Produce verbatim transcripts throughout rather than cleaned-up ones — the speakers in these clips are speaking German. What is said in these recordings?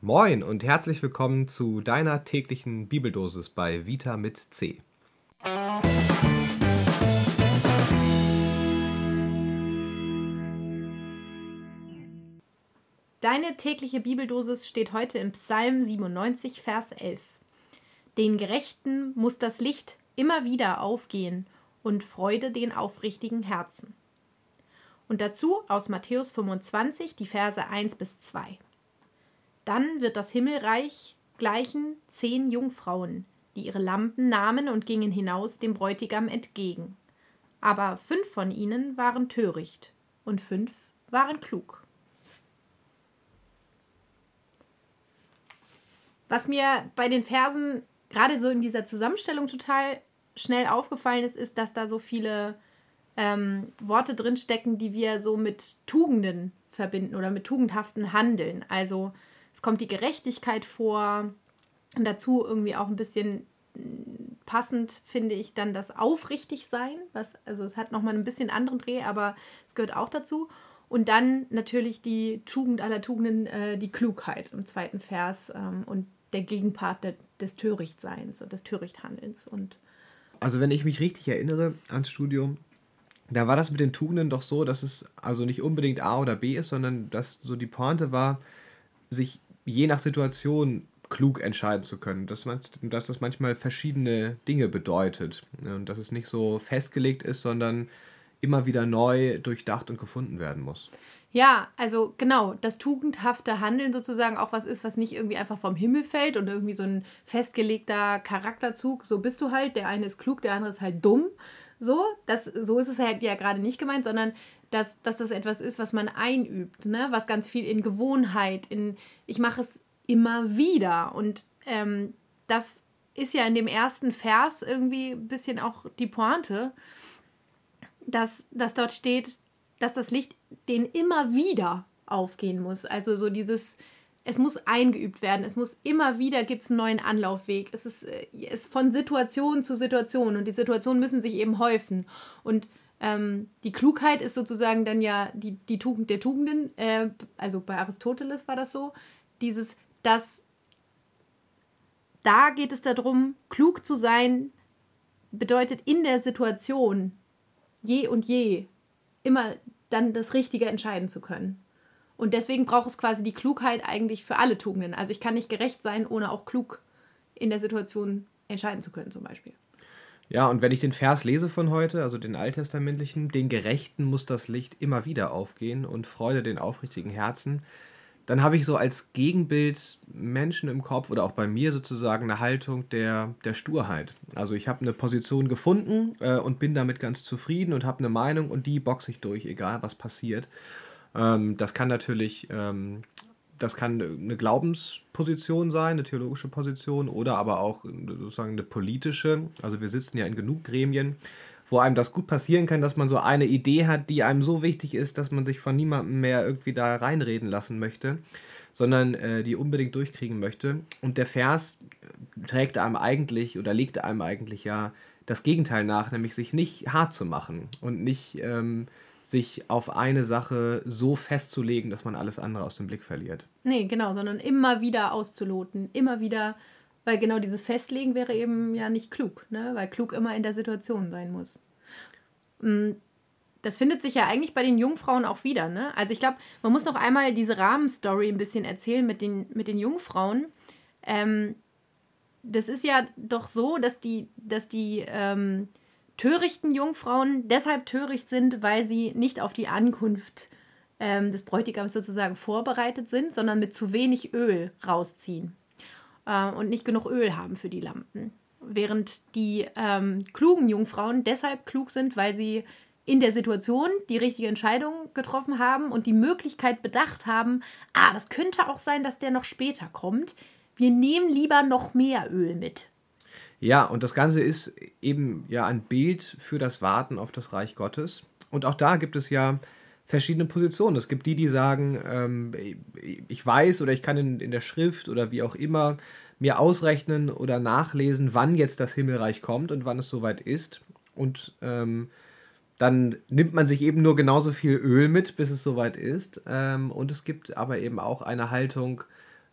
Moin und herzlich willkommen zu deiner täglichen Bibeldosis bei Vita mit C. Deine tägliche Bibeldosis steht heute im Psalm siebenundneunzig, Vers elf. Den Gerechten muss das Licht immer wieder aufgehen und Freude den aufrichtigen Herzen. Und dazu aus Matthäus fünfundzwanzig, die Verse eins bis zwei. Dann wird das Himmelreich gleichen zehn Jungfrauen, die ihre Lampen nahmen und gingen hinaus dem Bräutigam entgegen. Aber fünf von ihnen waren töricht und fünf waren klug. Was mir bei den Versen gerade so in dieser Zusammenstellung total schnell aufgefallen ist, ist, dass da so viele ähm, Worte drinstecken, die wir so mit Tugenden verbinden oder mit tugendhaften Handeln. Also es kommt die Gerechtigkeit vor und dazu irgendwie auch ein bisschen passend, finde ich, dann das Aufrichtigsein. Was, also es hat nochmal ein bisschen anderen Dreh, aber es gehört auch dazu. Und dann natürlich die Tugend aller Tugenden, äh, die Klugheit im zweiten Vers ähm, und der Gegenpart der, des Törichtseins und des Törichthandelns. Und Also wenn ich mich richtig erinnere ans Studium, da war das mit den Tugenden doch so, dass es also nicht unbedingt A oder B ist, sondern dass so die Pointe war, sich je nach Situation klug entscheiden zu können. Dass, man, dass das manchmal verschiedene Dinge bedeutet. Und dass es nicht so festgelegt ist, sondern immer wieder neu durchdacht und gefunden werden muss. ja, also genau, das tugendhafte Handeln sozusagen auch was ist, was nicht irgendwie einfach vom Himmel fällt und irgendwie so ein festgelegter Charakterzug, so bist du halt, der eine ist klug, der andere ist halt dumm. So, das, so ist es halt ja gerade nicht gemeint, sondern dass, dass das etwas ist, was man einübt, ne? Was ganz viel in Gewohnheit, in ich mache es immer wieder. Und ähm, das ist ja in dem ersten Vers irgendwie ein bisschen auch die Pointe, dass, dass dort steht, dass das Licht den immer wieder aufgehen muss. Also so dieses, es muss eingeübt werden, es muss immer wieder, gibt es einen neuen Anlaufweg. Es ist, äh, ist von Situation zu Situation und die Situationen müssen sich eben häufen. Und ähm, die Klugheit ist sozusagen dann ja die, die Tugend der Tugenden, äh, also bei Aristoteles war das so, dieses, dass da geht es darum, klug zu sein, bedeutet in der Situation je und je immer dann das Richtige entscheiden zu können. Und deswegen braucht es quasi die Klugheit eigentlich für alle Tugenden. Also ich kann nicht gerecht sein, ohne auch klug in der Situation entscheiden zu können zum Beispiel. Ja, und wenn ich den Vers lese von heute, also den alttestamentlichen, den Gerechten muss das Licht immer wieder aufgehen und Freude den aufrichtigen Herzen, dann habe ich so als Gegenbild Menschen im Kopf oder auch bei mir sozusagen eine Haltung der, der Sturheit. Also ich habe eine Position gefunden äh, und bin damit ganz zufrieden und habe eine Meinung und die boxe ich durch, egal was passiert. Ähm, das kann natürlich, ähm, das kann eine Glaubensposition sein, eine theologische Position oder aber auch sozusagen eine politische. Also wir sitzen ja in genug Gremien, wo einem das gut passieren kann, dass man so eine Idee hat, die einem so wichtig ist, dass man sich von niemandem mehr irgendwie da reinreden lassen möchte, sondern äh, die unbedingt durchkriegen möchte. Und der Vers trägt einem eigentlich oder legt einem eigentlich ja das Gegenteil nach, nämlich sich nicht hart zu machen und nicht ähm, sich auf eine Sache so festzulegen, dass man alles andere aus dem Blick verliert. Nee, genau, sondern immer wieder auszuloten, immer wieder, weil genau dieses Festlegen wäre eben ja nicht klug, ne? Weil klug immer in der Situation sein muss. Das findet sich ja eigentlich bei den Jungfrauen auch wieder, ne? Also ich glaube, man muss noch einmal diese Rahmenstory ein bisschen erzählen mit den, mit den Jungfrauen. Ähm, das ist ja doch so, dass die, dass die ähm, törichten Jungfrauen deshalb töricht sind, weil sie nicht auf die Ankunft ähm, des Bräutigams sozusagen vorbereitet sind, sondern mit zu wenig Öl rausziehen äh, und nicht genug Öl haben für die Lampen. Während die ähm, klugen Jungfrauen deshalb klug sind, weil sie in der Situation die richtige Entscheidung getroffen haben und die Möglichkeit bedacht haben, ah, das könnte auch sein, dass der noch später kommt. Wir nehmen lieber noch mehr Öl mit. Ja, und das Ganze ist eben ja ein Bild für das Warten auf das Reich Gottes. Und auch da gibt es ja verschiedene Positionen. Es gibt die, die sagen, ähm, ich weiß oder ich kann in, in der Schrift oder wie auch immer mir ausrechnen oder nachlesen, wann jetzt das Himmelreich kommt und wann es soweit ist. Und ähm, dann nimmt man sich eben nur genauso viel Öl mit, bis es soweit ist. Ähm, und es gibt aber eben auch eine Haltung,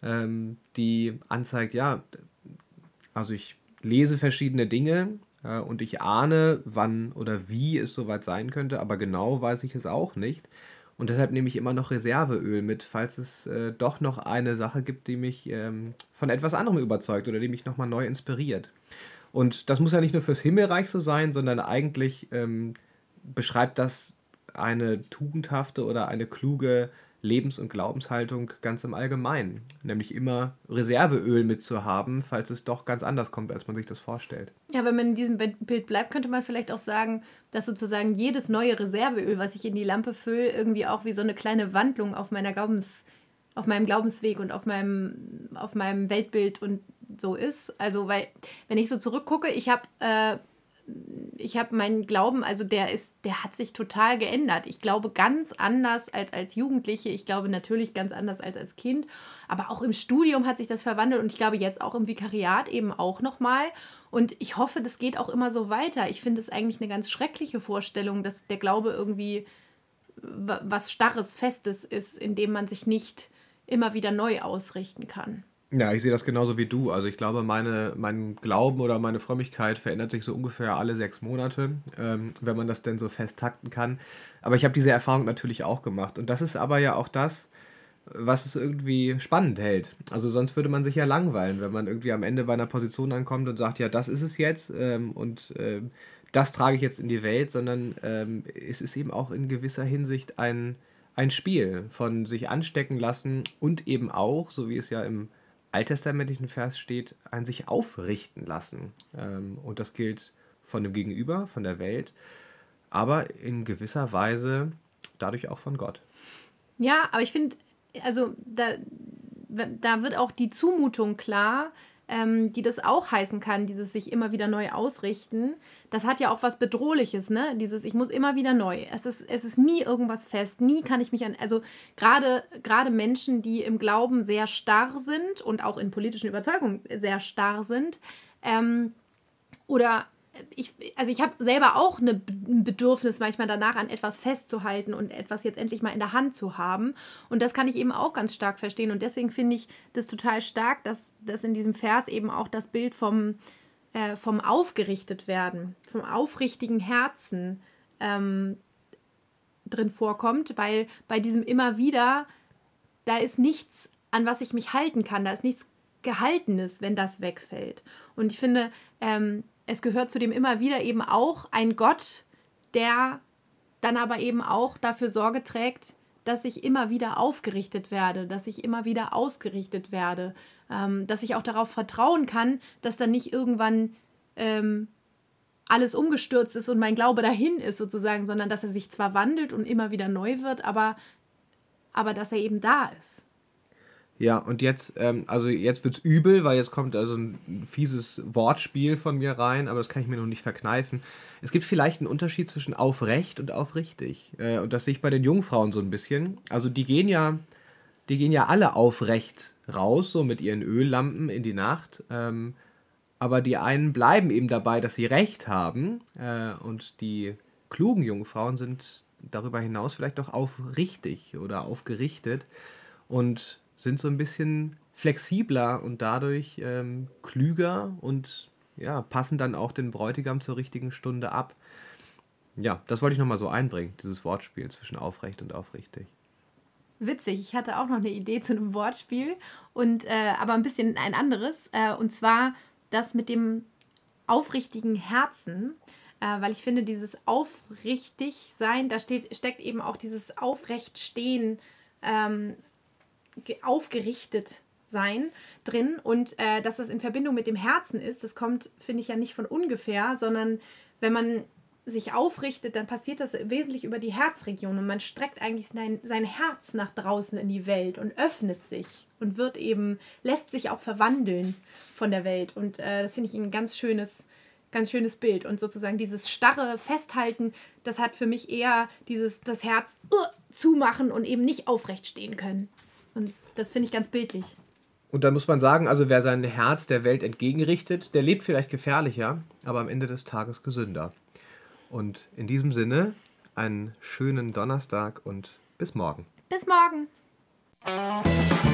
ähm, die anzeigt, ja, also ich lese verschiedene Dinge äh, und ich ahne, wann oder wie es soweit sein könnte, aber genau weiß ich es auch nicht. Und deshalb nehme ich immer noch Reserveöl mit, falls es äh, doch noch eine Sache gibt, die mich ähm, von etwas anderem überzeugt oder die mich nochmal neu inspiriert. Und das muss ja nicht nur fürs Himmelreich so sein, sondern eigentlich ähm, beschreibt das eine tugendhafte oder eine kluge Lebens- und Glaubenshaltung ganz im Allgemeinen. Nämlich immer Reserveöl mitzuhaben, falls es doch ganz anders kommt, als man sich das vorstellt. Ja, wenn man in diesem Bild bleibt, könnte man vielleicht auch sagen, dass sozusagen jedes neue Reserveöl, was ich in die Lampe fülle, irgendwie auch wie so eine kleine Wandlung auf meiner Glaubens, auf meinem Glaubensweg und auf meinem, auf meinem Weltbild und so ist. Also, weil, wenn ich so zurückgucke, ich habe äh, ich habe meinen Glauben, also der ist, der hat sich total geändert. Ich glaube ganz anders als als Jugendliche. Ich glaube natürlich ganz anders als als Kind. Aber auch im Studium hat sich das verwandelt und ich glaube jetzt auch im Vikariat eben auch nochmal. Und ich hoffe, das geht auch immer so weiter. Ich finde es eigentlich eine ganz schreckliche Vorstellung, dass der Glaube irgendwie was Starres, Festes ist, in dem man sich nicht immer wieder neu ausrichten kann. Ja, ich sehe das genauso wie du. Also ich glaube, meine, mein Glauben oder meine Frömmigkeit verändert sich so ungefähr alle sechs Monate, ähm, wenn man das denn so fest takten kann. Aber ich habe diese Erfahrung natürlich auch gemacht. Und das ist aber ja auch das, was es irgendwie spannend hält. Also sonst würde man sich ja langweilen, wenn man irgendwie am Ende bei einer Position ankommt und sagt, ja, das ist es jetzt ähm, und ähm, das trage ich jetzt in die Welt, sondern ähm, es ist eben auch in gewisser Hinsicht ein, ein Spiel von sich anstecken lassen und eben auch, so wie es ja im alttestamentlichen Vers steht, ein sich aufrichten lassen. Ähm, und das gilt von dem Gegenüber, von der Welt, aber in gewisser Weise dadurch auch von Gott. Ja, aber ich finde, also da, da wird auch die Zumutung klar, ähm, die das auch heißen kann, dieses sich immer wieder neu ausrichten. Das hat ja auch was Bedrohliches, ne? Dieses, ich muss immer wieder neu. Es ist, es ist nie irgendwas fest. Nie kann ich mich an, also gerade, gerade Menschen, die im Glauben sehr starr sind und auch in politischen Überzeugungen sehr starr sind, ähm, oder ich, also ich habe selber auch eine, ein Bedürfnis manchmal danach, an etwas festzuhalten und etwas jetzt endlich mal in der Hand zu haben. Und das kann ich eben auch ganz stark verstehen. Und deswegen finde ich das total stark, dass, dass in diesem Vers eben auch das Bild vom, äh, vom aufgerichtet werden, vom aufrichtigen Herzen ähm, drin vorkommt, weil bei diesem immer wieder, da ist nichts, an was ich mich halten kann, da ist nichts Gehaltenes, wenn das wegfällt. Und ich finde, ähm, es gehört zu dem immer wieder eben auch ein Gott, der dann aber eben auch dafür Sorge trägt, dass ich immer wieder aufgerichtet werde, dass ich immer wieder ausgerichtet werde, ähm, dass ich auch darauf vertrauen kann, dass dann nicht irgendwann ähm, alles umgestürzt ist und mein Glaube dahin ist sozusagen, sondern dass er sich zwar wandelt und immer wieder neu wird, aber, aber dass er eben da ist. Ja, und jetzt, ähm, also jetzt wird's übel, weil jetzt kommt also ein fieses Wortspiel von mir rein, aber das kann ich mir noch nicht verkneifen. Es gibt vielleicht einen Unterschied zwischen aufrecht und aufrichtig. Äh, und das sehe ich bei den Jungfrauen so ein bisschen. Also die gehen ja, die gehen ja alle aufrecht raus, so mit ihren Öllampen in die Nacht. Ähm, aber die einen bleiben eben dabei, dass sie recht haben. Äh, und die klugen Jungfrauen sind darüber hinaus vielleicht auch aufrichtig oder aufgerichtet und sind so ein bisschen flexibler und dadurch ähm, klüger und ja, passen dann auch den Bräutigam zur richtigen Stunde ab. Ja, das wollte ich nochmal so einbringen, dieses Wortspiel zwischen aufrecht und aufrichtig. Witzig, ich hatte auch noch eine Idee zu einem Wortspiel, und, äh, aber ein bisschen ein anderes. Äh, und zwar das mit dem aufrichtigen Herzen. Äh, weil ich finde, dieses Aufrichtigsein, da steht, steckt eben auch dieses Aufrechtstehen, ähm, aufgerichtet sein drin, und äh, dass das in Verbindung mit dem Herzen ist, das kommt, finde ich, ja nicht von ungefähr, sondern wenn man sich aufrichtet, dann passiert das wesentlich über die Herzregion und man streckt eigentlich sein, sein Herz nach draußen in die Welt und öffnet sich und wird eben, lässt sich auch verwandeln von der Welt, und äh, das finde ich ein ganz schönes ganz schönes Bild, und sozusagen dieses starre Festhalten, das hat für mich eher dieses, das Herz uh, zumachen und eben nicht aufrecht stehen können. Und das finde ich ganz bildlich. Und dann muss man sagen, also wer sein Herz der Welt entgegenrichtet, der lebt vielleicht gefährlicher, aber am Ende des Tages gesünder. Und in diesem Sinne, einen schönen Donnerstag und bis morgen. Bis morgen.